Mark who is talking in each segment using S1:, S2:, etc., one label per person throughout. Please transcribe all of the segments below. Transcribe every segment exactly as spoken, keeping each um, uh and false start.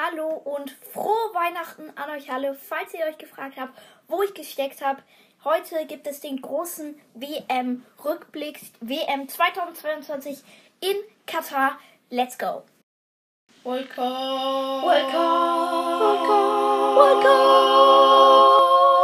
S1: Hallo und frohe Weihnachten an euch alle. Falls ihr euch gefragt habt, wo ich gesteckt habe, heute gibt es den großen W M-Rückblick, W M zweitausendzweiundzwanzig in Katar. Let's go!
S2: Welcome!
S1: Welcome! Welcome! Welcome!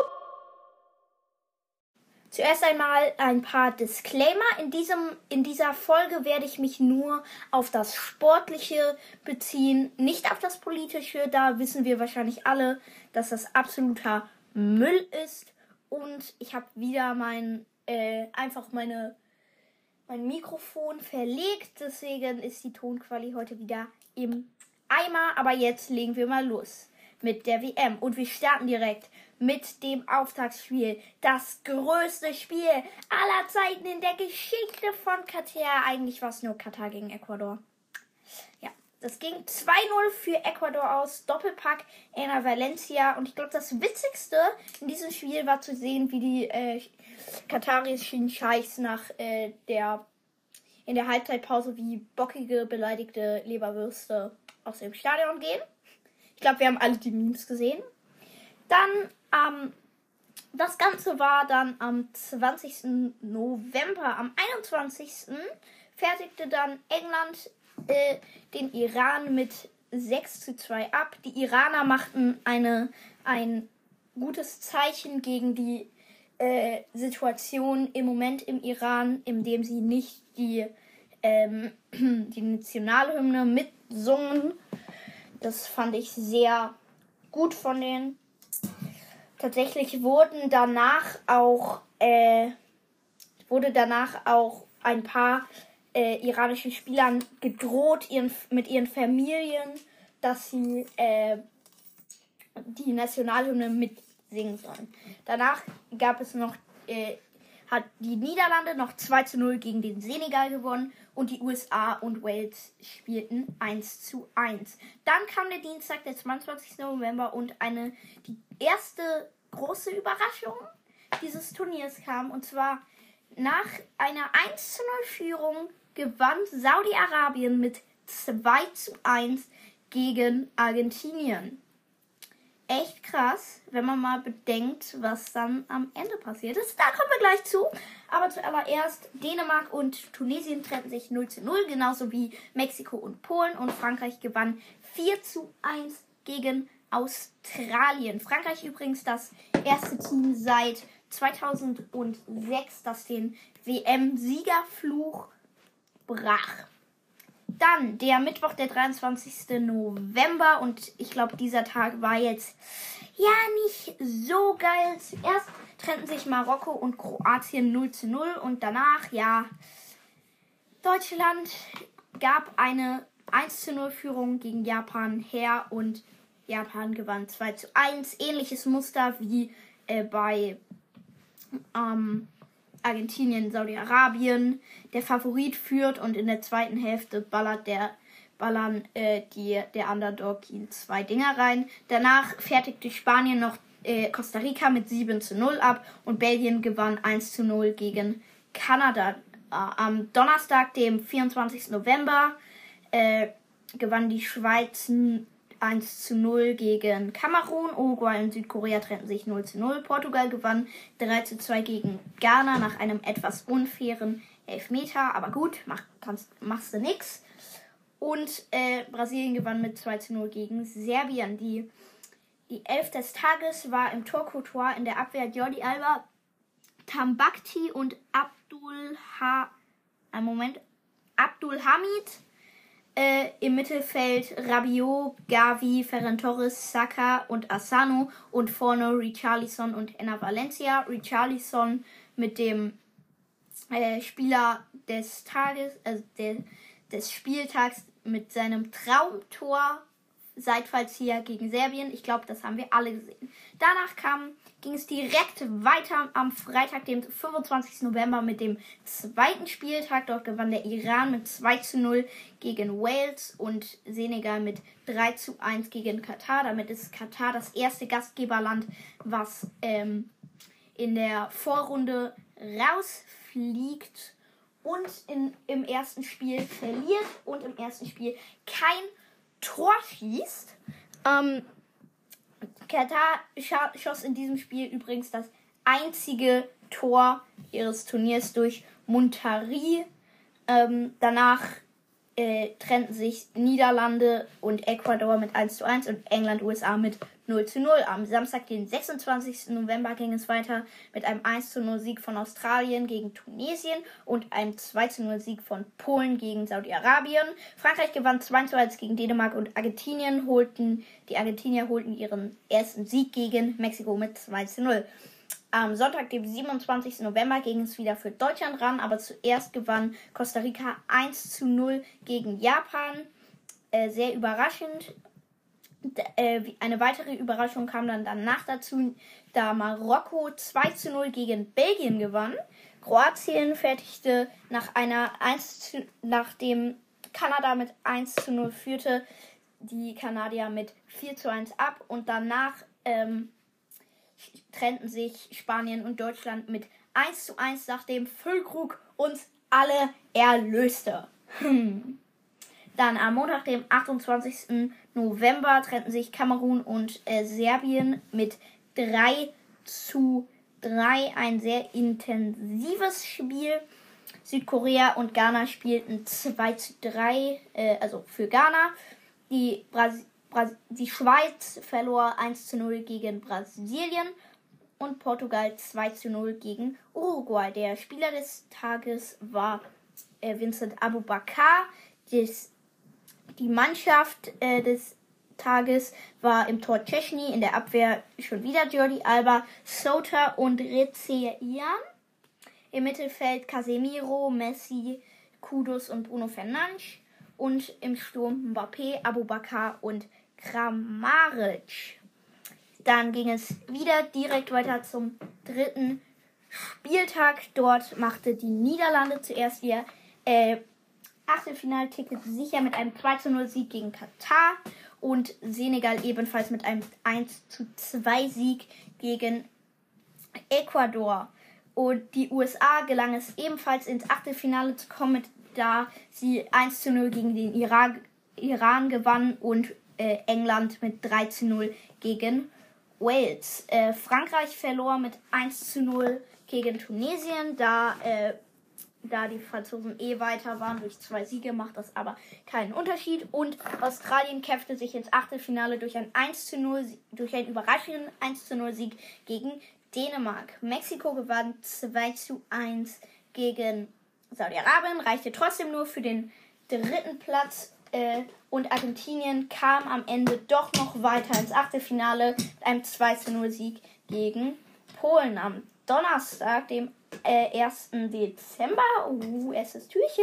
S1: Zuerst einmal ein paar Disclaimer. In, diesem, in dieser Folge werde ich mich nur auf das Sportliche beziehen, nicht auf das Politische. Da wissen wir wahrscheinlich alle, dass das absoluter Müll ist. Und ich habe wieder mein, äh, einfach meine, mein Mikrofon verlegt. Deswegen ist die Tonqualität heute wieder im Eimer. Aber jetzt legen wir mal los mit der W M. Und wir starten direkt mit dem Auftaktspiel. Das größte Spiel aller Zeiten in der Geschichte von Katar. Eigentlich war es nur Katar gegen Ecuador. Ja, das ging zwei null für Ecuador aus. Doppelpack Enner Valencia. Und ich glaube, das Witzigste in diesem Spiel war zu sehen, wie die äh, katarischen Scheichs nach äh, der in der Halbzeitpause wie bockige, beleidigte Leberwürste aus dem Stadion gehen. Ich glaube, wir haben alle die Memes gesehen. Dann, ähm, das Ganze war dann am zwanzigsten November. Am einundzwanzigsten fertigte dann England äh, den Iran mit sechs zu zwei ab. Die Iraner machten eine, ein gutes Zeichen gegen die äh, Situation im Moment im Iran, indem sie nicht die, ähm, die Nationalhymne mitsungen. Das fand ich sehr gut von denen. Tatsächlich wurden danach auch äh, wurde danach auch ein paar äh, iranischen Spielern gedroht ihren, mit ihren Familien, dass sie äh, die Nationalhymne mitsingen sollen. Danach gab es noch äh, hat die Niederlande noch zwei zu null gegen den Senegal gewonnen und die U S A und Wales spielten eins zu eins. Dann kam der Dienstag, der zweiundzwanzigsten November und eine die erste große Überraschung dieses Turniers kam. Und zwar nach einer eins zu null Führung gewann Saudi-Arabien mit zwei zu eins gegen Argentinien. Echt krass, wenn man mal bedenkt, was dann am Ende passiert ist. Da kommen wir gleich zu. Aber zuallererst, Dänemark und Tunesien trennten sich null zu null, genauso wie Mexiko und Polen. Und Frankreich gewann vier zu eins gegen Australien. Frankreich übrigens das erste Team seit zweitausendsechs, das den W M-Siegerfluch brach. Dann der Mittwoch, der dreiundzwanzigsten November. Und ich glaube, dieser Tag war jetzt ja nicht so geil. Zuerst trennten sich Marokko und Kroatien null zu null. Und danach, ja, Deutschland gab eine eins zu null Führung gegen Japan her. Und Japan gewann zwei zu eins. Ähnliches Muster wie äh, bei ähm, Argentinien, Saudi-Arabien. Der Favorit führt und in der zweiten Hälfte ballert der, ballern äh, die, der Underdog in zwei Dinger rein. Danach fertigte Spanien noch äh, Costa Rica mit sieben zu null ab und Belgien gewann eins zu null gegen Kanada. Äh, am Donnerstag, dem vierundzwanzigsten November, äh, gewann die Schweiz eins zu null gegen Kamerun. Uruguay und Südkorea trennten sich null zu null. Portugal gewann drei zu zwei gegen Ghana nach einem etwas unfairen Elfmeter. Aber gut, mach, kannst, machst du nix. Und äh, Brasilien gewann mit zwei zu null gegen Serbien. Die, die Elf des Tages war im Torcourtois, in der Abwehr Jordi Alba, Tambakti und Abdul ha ein Moment, Abdul Hamid. Äh, Im Mittelfeld Rabiot, Gavi, Ferran Torres, Saka und Asano und vorne Richarlison und Enner Valencia. Richarlison mit dem äh, Spieler des Tages, also der, des Spieltags mit seinem Traumtor Seitfallzieher gegen Serbien. Ich glaube, das haben wir alle gesehen. Danach kam, ging es direkt weiter am Freitag, dem fünfundzwanzigsten November mit dem zweiten Spieltag. Dort gewann der Iran mit zwei zu null gegen Wales und Senegal mit drei zu eins gegen Katar. Damit ist Katar das erste Gastgeberland, was ähm, in der Vorrunde rausfliegt und in, im ersten Spiel verliert und im ersten Spiel kein Tor schießt. Ähm, Katar scha- schoss in diesem Spiel übrigens das einzige Tor ihres Turniers durch Muntari. Ähm, danach äh, trennten sich Niederlande und Ecuador mit eins zu eins und England U S A mit null zu null. Am Samstag, den sechsundzwanzigsten November, ging es weiter mit einem eins zu null Sieg von Australien gegen Tunesien und einem zwei zu null Sieg von Polen gegen Saudi-Arabien. Frankreich gewann zwei zu eins gegen Dänemark und Argentinien holten, die Argentinier holten ihren ersten Sieg gegen Mexiko mit zwei zu null. Am Sonntag, dem siebenundzwanzigsten November, ging es wieder für Deutschland ran, aber zuerst gewann Costa Rica eins zu null gegen Japan. Äh, sehr überraschend. D- äh, eine weitere Überraschung kam dann danach dazu, da Marokko zwei zu null gegen Belgien gewann. Kroatien fertigte nach einer eins zu, nachdem Kanada mit eins zu null führte, die Kanadier mit vier zu eins ab und danach ähm, trennten sich Spanien und Deutschland mit eins zu eins, nachdem Füllkrug uns alle erlöste. Hm. Dann am Montag, dem achtundzwanzigsten November, trennten sich Kamerun und äh, Serbien mit drei zu drei. Ein sehr intensives Spiel. Südkorea und Ghana spielten zwei zu drei, äh, also für Ghana. Die Brasilien Die Schweiz verlor eins zu null gegen Brasilien und Portugal zwei zu null gegen Uruguay. Der Spieler des Tages war äh, Vincent Aboubakar. Das, die Mannschaft äh, des Tages war im Tor Szczęsny, in der Abwehr schon wieder Jordi Alba, Sota und Rezeian. Im Mittelfeld Casemiro, Messi, Kudus und Bruno Fernandes. Und im Sturm Mbappé, Aboubakar und Kramaric. Dann ging es wieder direkt weiter zum dritten Spieltag. Dort machte die Niederlande zuerst ihr äh, Achtelfinalticket sicher mit einem zwei zu null Sieg gegen Katar und Senegal ebenfalls mit einem eins zu zwei Sieg gegen Ecuador. Und die U S A gelang es ebenfalls ins Achtelfinale zu kommen, da sie eins zu null gegen den Irak, Iran gewann und äh, England mit drei zu null gegen Wales. Äh, Frankreich verlor mit eins zu null gegen Tunesien, da, äh, da die Franzosen eh weiter waren. Durch zwei Siege macht das aber keinen Unterschied. Und Australien kämpfte sich ins Achtelfinale durch ein eins zu null, durch einen überraschenden eins zu null Sieg gegen Dänemark. Mexiko gewann zwei zu eins gegen Saudi-Arabien, reichte trotzdem nur für den dritten Platz äh, und Argentinien kam am Ende doch noch weiter ins Achtelfinale mit einem zwei zu null Sieg gegen Polen. Am Donnerstag, dem äh, ersten Dezember, uh, erstes Türchen,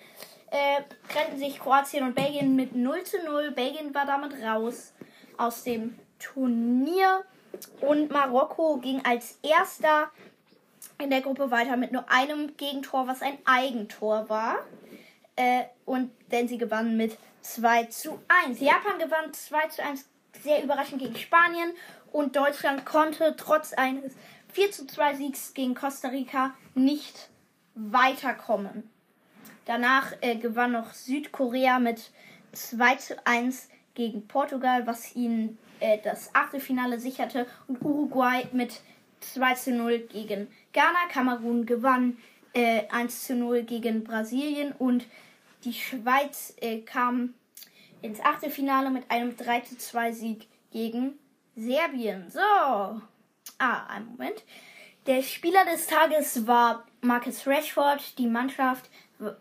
S1: äh, trennten sich Kroatien und Belgien mit null zu null. Belgien war damit raus aus dem Turnier und Marokko ging als erster in der Gruppe weiter mit nur einem Gegentor, was ein Eigentor war. Äh, und denn sie gewannen mit zwei zu eins. Japan gewann zwei zu eins sehr überraschend gegen Spanien. Und Deutschland konnte trotz eines vier zu zwei Siegs gegen Costa Rica nicht weiterkommen. Danach äh, gewann noch Südkorea mit zwei zu eins gegen Portugal, was ihnen äh, das Achtelfinale sicherte. Und Uruguay mit zwei zu null gegen Ghana. Kamerun gewann äh, eins zu null gegen Brasilien und die Schweiz äh, kam ins Achtelfinale mit einem drei zu zwei Sieg gegen Serbien. So, ah, einen Moment. Der Spieler des Tages war Marcus Rashford. Die Mannschaft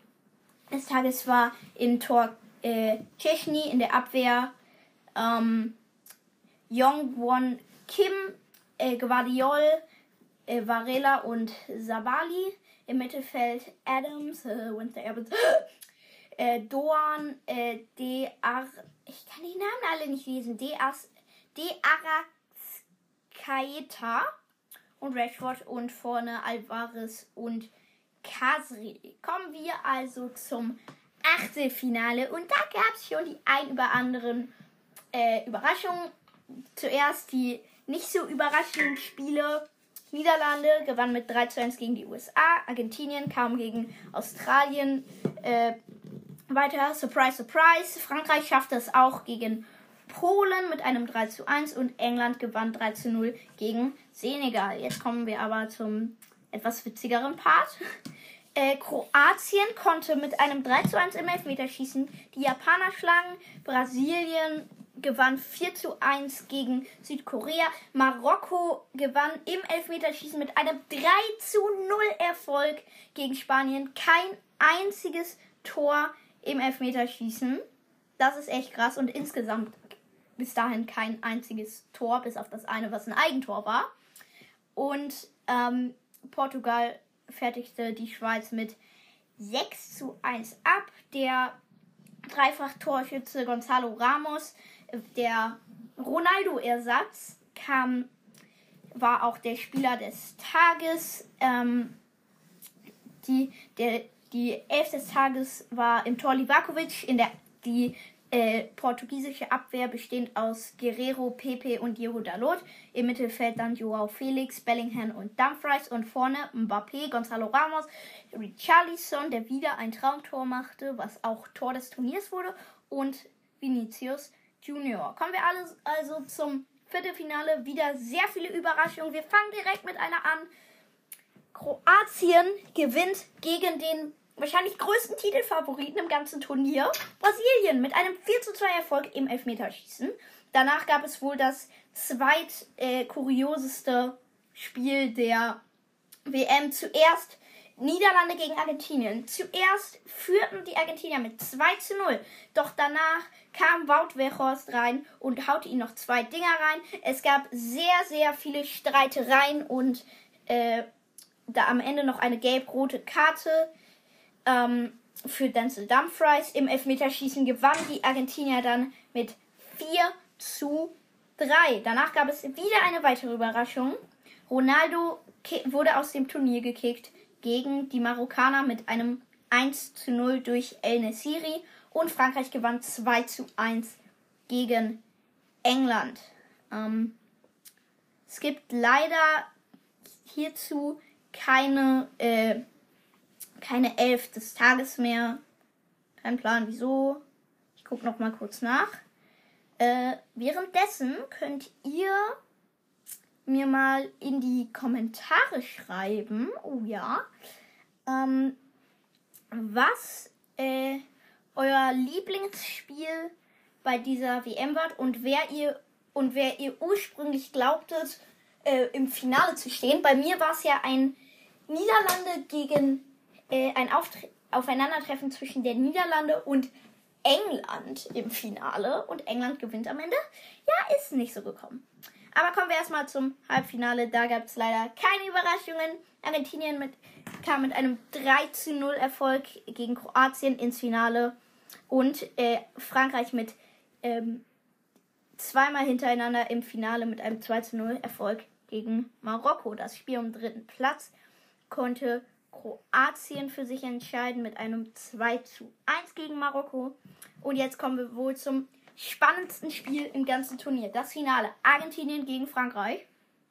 S1: des Tages war im Tor äh, Szczęsny, in der Abwehr ähm, Jong-Won Kim, äh, Guardiol, äh, Varela und Sabali. Im Mittelfeld Adams, äh, Wednesday Adams, äh, Doan, äh, De Ar, ich kann die Namen alle nicht lesen, De As, De Arrascaeta und Rashford und vorne Alvarez und Kasri. Kommen wir also zum Achtelfinale und da gab es schon die ein über anderen äh, Überraschungen. Zuerst die nicht so überraschenden Spiele. Niederlande gewann mit drei zu eins gegen die U S A. Argentinien kam gegen Australien äh, weiter. Surprise, surprise. Frankreich schaffte es auch gegen Polen mit einem drei zu eins und England gewann drei zu null gegen Senegal. Jetzt kommen wir aber zum etwas witzigeren Part. Äh, Kroatien konnte mit einem drei zu eins im Elfmeterschießen die Japaner schlagen. Brasilien gewann vier zu eins gegen Südkorea. Marokko gewann im Elfmeterschießen mit einem drei zu null Erfolg gegen Spanien. Kein einziges Tor im Elfmeterschießen. Das ist echt krass. Und insgesamt bis dahin kein einziges Tor, bis auf das eine, was ein Eigentor war. Und ähm, Portugal fertigte die Schweiz mit sechs zu eins ab. Der Dreifach-Torschütze Gonzalo Ramos, der Ronaldo-Ersatz, kam, war auch der Spieler des Tages. Ähm, die, der, die Elf des Tages war im Tor Livakovic, in der die äh, portugiesische Abwehr bestehend aus Guerreiro, Pepe und Diego Dalot. Im Mittelfeld dann Joao Felix, Bellingham und Dumfries und vorne Mbappé, Gonzalo Ramos, Richarlison, der wieder ein Traumtor machte, was auch Tor des Turniers wurde, und Vinicius Junior. Kommen wir alle also zum Viertelfinale. Wieder sehr viele Überraschungen. Wir fangen direkt mit einer an. Kroatien gewinnt gegen den wahrscheinlich größten Titelfavoriten im ganzen Turnier, Brasilien, mit einem vier zu zwei Erfolg im Elfmeterschießen. Danach gab es wohl das zweit äh, kurioseste Spiel der W M. Zuerst Niederlande gegen Argentinien. Zuerst führten die Argentinier mit zwei zu null. Doch danach kam Wout Weghorst rein und haute ihnen noch zwei Dinger rein. Es gab sehr, sehr viele Streitereien und äh, da am Ende noch eine gelb-rote Karte ähm, für Denzel Dumfries. Im Elfmeterschießen gewann die Argentinier dann mit vier zu drei. Danach gab es wieder eine weitere Überraschung. Ronaldo wurde aus dem Turnier gekickt gegen die Marokkaner mit einem eins zu null durch El Nesiri, und Frankreich gewann zwei zu eins gegen England. Ähm, es gibt leider hierzu keine, äh, keine Elf des Tages mehr. Kein Plan, wieso. Ich gucke noch mal kurz nach. Äh, währenddessen könnt ihr mir mal in die Kommentare schreiben, oh ja, ähm, was äh, euer Lieblingsspiel bei dieser W M war und wer ihr und wer ihr ursprünglich glaubtet, äh, im Finale zu stehen. Bei mir war es ja ein Niederlande gegen äh, ein Auftre- Aufeinandertreffen zwischen der Niederlande und England im Finale, und England gewinnt am Ende. Ja, ist nicht so gekommen. Aber kommen wir erstmal zum Halbfinale. Da gab es leider keine Überraschungen. Argentinien mit, kam mit einem drei zu null Erfolg gegen Kroatien ins Finale. Und äh, Frankreich mit ähm, zweimal hintereinander im Finale mit einem zwei zu null Erfolg gegen Marokko. Das Spiel um den dritten Platz konnte Kroatien für sich entscheiden mit einem zwei zu eins gegen Marokko. Und jetzt kommen wir wohl zum spannendsten Spiel im ganzen Turnier. Das Finale. Argentinien gegen Frankreich.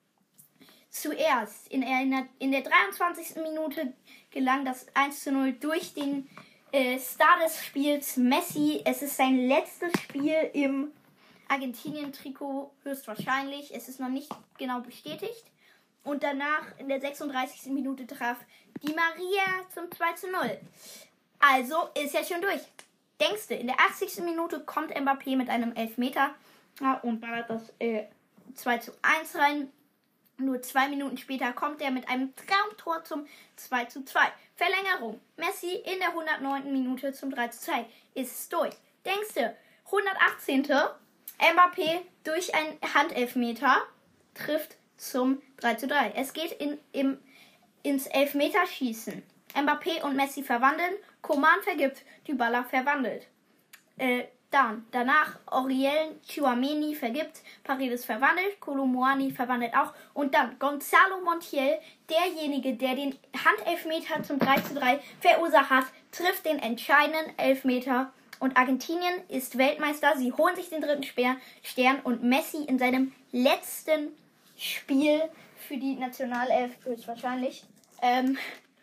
S1: Zuerst in der, in der dreiundzwanzigsten Minute gelang das eins zu null durch den äh, Star des Spiels, Messi. Es ist sein letztes Spiel im Argentinien-Trikot, höchstwahrscheinlich. Es ist noch nicht genau bestätigt. Und danach in der sechsunddreißigsten Minute traf Di Maria zum zwei zu null. Also ist ja schon durch. Denkst du, in der achtzigsten Minute kommt Mbappé mit einem Elfmeter, ja, und ballert das äh, zwei zu eins rein. Nur zwei Minuten später kommt er mit einem Traumtor zum zwei zu zwei. Verlängerung. Messi in der hundertneunten Minute zum drei zu zwei. Ist es durch. Denkst du, hundertachtzehnten Mbappé durch einen Handelfmeter trifft zum drei zu drei. Es geht in, im, ins Elfmeterschießen. Mbappé und Messi verwandeln. Coman vergibt. Dybala verwandelt. Äh, dann, danach Auriel Tchouaméni vergibt. Paredes verwandelt. Kolo Muani verwandelt auch. Und dann Gonzalo Montiel, derjenige, der den Handelfmeter zum drei zu drei verursacht hat, trifft den entscheidenden Elfmeter. Und Argentinien ist Weltmeister. Sie holen sich den dritten Stern. Und Messi in seinem letzten Spiel für die Nationalelf höchstwahrscheinlich ähm,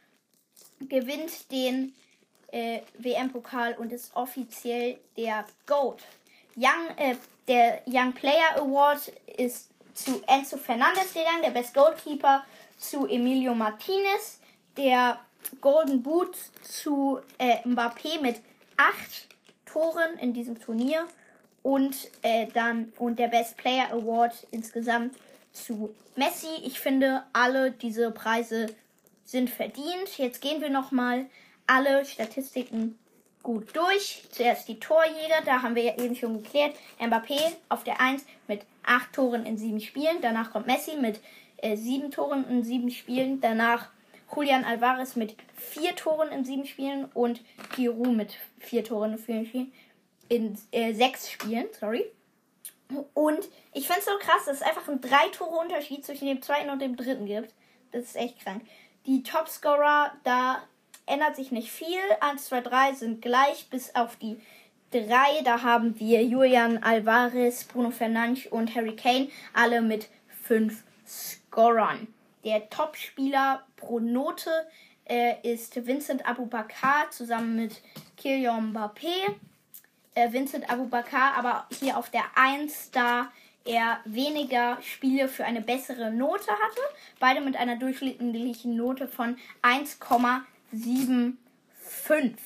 S1: gewinnt den äh, W M-Pokal und ist offiziell der GOAT. Young, äh, der Young Player Award ist zu Enzo Fernandez gegangen, der Best Goalkeeper zu Emilio Martinez, der Golden Boot zu äh, Mbappé mit acht Toren in diesem Turnier und äh, dann und der Best Player Award insgesamt zu Messi. Ich finde, alle diese Preise sind verdient. Jetzt gehen wir nochmal alle Statistiken gut durch. Zuerst die Torjäger, da haben wir ja eben schon geklärt. Mbappé auf der eins mit acht Toren in sieben Spielen. Danach kommt Messi mit äh, sieben Toren in sieben Spielen. Danach Julian Alvarez mit vier Toren in sieben Spielen und Giroud mit vier Toren in vier Spielen. In äh, sechs Spielen, sorry. Und ich finde es so krass, dass es einfach einen drei Tore Unterschied zwischen dem zweiten und dem dritten gibt. Das ist echt krank. Die Topscorer, da ändert sich nicht viel. eins, zwei, drei sind gleich, bis auf die drei. Da haben wir Julian Alvarez, Bruno Fernandes und Harry Kane, alle mit fünf Scorern. Der Topspieler pro Note äh, ist Vincent Aboubakar zusammen mit Kylian Mbappé. Äh, Vincent Aboubakar aber hier auf der eins, da er weniger Spiele für eine bessere Note hatte. Beide mit einer durchschnittlichen Note von eins Komma fünfundsiebzig.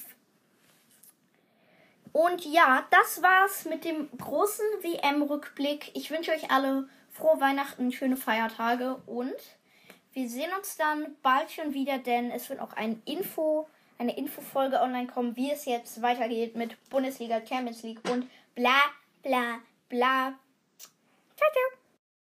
S1: Und ja, das war's mit dem großen W M-Rückblick. Ich wünsche euch alle frohe Weihnachten, schöne Feiertage und wir sehen uns dann bald schon wieder, denn es wird auch ein Info, eine Infofolge online kommen, wie es jetzt weitergeht mit Bundesliga, Champions League und bla bla bla. Ciao, ciao.